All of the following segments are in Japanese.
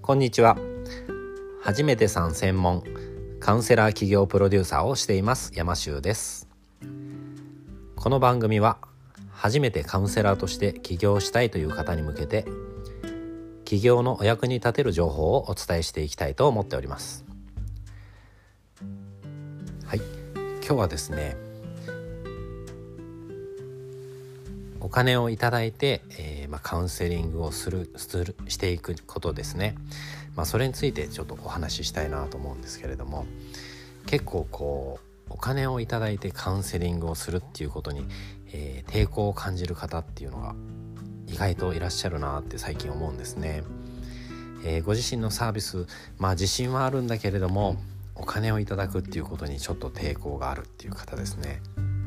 こんにちは。初めてさん専門カウンセラー企業プロデューサーをしています山修です。この番組は初めてカウンセラーとして起業したいという方に向けて起業のお役に立てる情報をお伝えしていきたいと思っております。はい、今日はですね、お金をいただいて、カウンセリングをしていくことですね。それについてちょっとお話ししたいなと思うんですけれども、結構お金をいただいてカウンセリングをするっていうことに、抵抗を感じる方っていうのが意外といらっしゃるなって最近思うんですね。ご自身のサービス、自信はあるんだけれどもお金をいただくっていうことにちょっと抵抗があるっていう方ですね。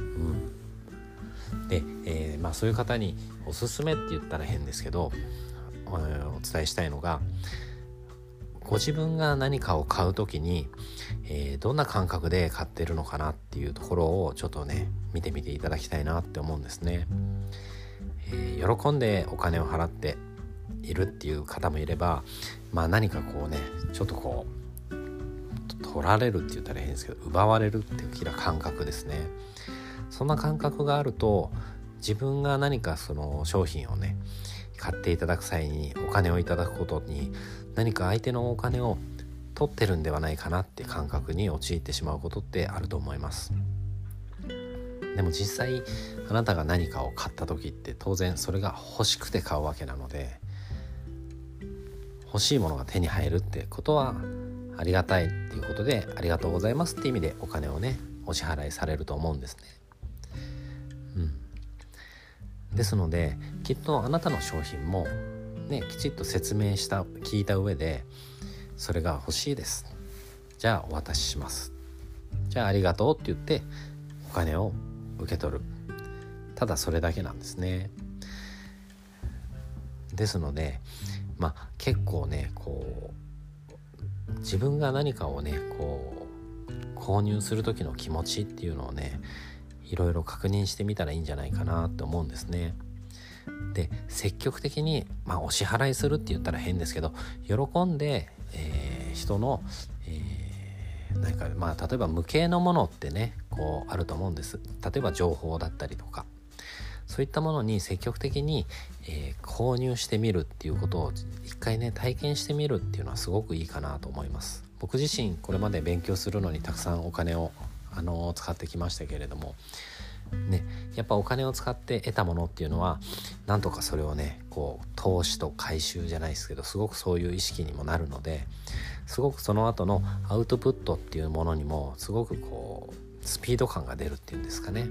で、そういう方におすすめって言ったら変ですけど、お伝えしたいのが、ご自分が何かを買うときに、どんな感覚で買ってるのかなっていうところをちょっとね見てみていただきたいなって思うんですね。喜んでお金を払っているっていう方もいれば、何かちょっと取られるって言ったら変ですけど奪われるっていう感覚ですね。そんな感覚があると、自分が何かその商品をね買っていただく際にお金をいただくことに何か相手のお金を取ってるんではないかなって感覚に陥ってしまうことってあると思います。でも実際あなたが何かを買った時って当然それが欲しくて買うわけなので、欲しいものが手に入るってことはありがたいっていうことで、ありがとうございますって意味でお金をねお支払いされると思うんですね。ですのできっとあなたの商品もねきちっと聞いた上で、それが欲しいです、じゃあお渡しします、じゃあありがとうって言ってお金を受け取る、ただそれだけなんですね。ですので結構ね自分が何かをね購入する時の気持ちっていうのをねいろいろ確認してみたらいいんじゃないかなって思うんですね。で、積極的に、お支払いするって言ったら変ですけど、喜んで、人の、例えば無形のものってねあると思うんです。例えば情報だったりとか、そういったものに積極的に、購入してみるっていうことを一回ね体験してみるっていうのはすごくいいかなと思います。僕自身これまで勉強するのにたくさんお金を使ってきましたけれどもね、やっぱお金を使って得たものっていうのはなんとかそれをね投資と回収じゃないですけど、すごくそういう意識にもなるので、すごくその後のアウトプットっていうものにもすごくスピード感が出るっていうんですかね。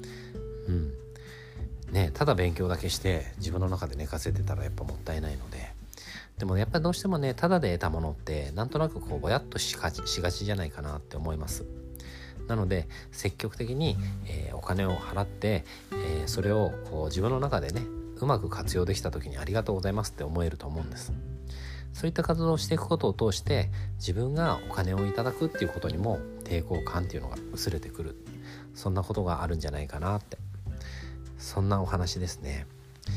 ただ勉強だけして自分の中で寝かせてたらやっぱもったいないので、でもやっぱりどうしてもねただで得たものってなんとなくぼやっとしがちじゃないかなって思います。なので積極的に、お金を払って、それを自分の中でねうまく活用できた時にありがとうございますって思えると思うんです。そういった活動をしていくことを通して自分がお金をいただくっていうことにも抵抗感っていうのが薄れてくる、そんなことがあるんじゃないかなって、そんなお話ですね。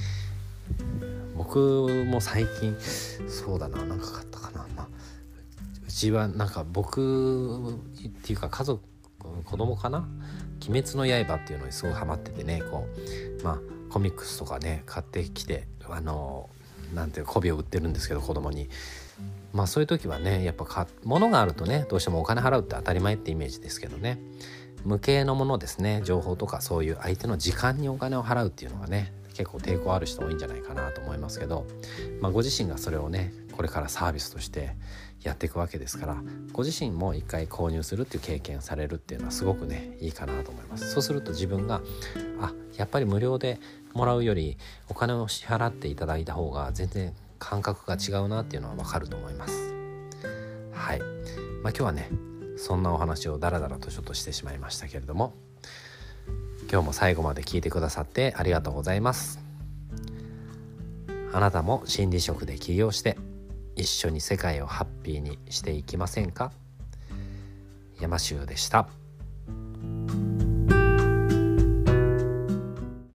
僕も最近そうだな、何か買ったかな、うちは僕っていうか子供かな、鬼滅の刃っていうのにすごいハマっててね、コミックスとかね買ってきてなんていう媚びを売ってるんですけど子供に、そういう時はねやっぱ物があるとねどうしてもお金払うって当たり前ってイメージですけどね、無形のものですね、情報とかそういう相手の時間にお金を払うっていうのがね結構抵抗ある人多いんじゃないかなと思いますけど、ご自身がそれをねこれからサービスとしてやっていくわけですから、ご自身も一回購入するっていう経験されるっていうのはすごくねいいかなと思います。そうすると自分がやっぱり無料でもらうよりお金を支払っていただいた方が全然感覚が違うなっていうのは分かると思います。はい、今日はねそんなお話をダラダラとちょっとしてしまいましたけれども、今日も最後まで聞いてくださってありがとうございます。あなたも心理職で起業して一緒に世界をハッピーにしていきませんか。山修でした。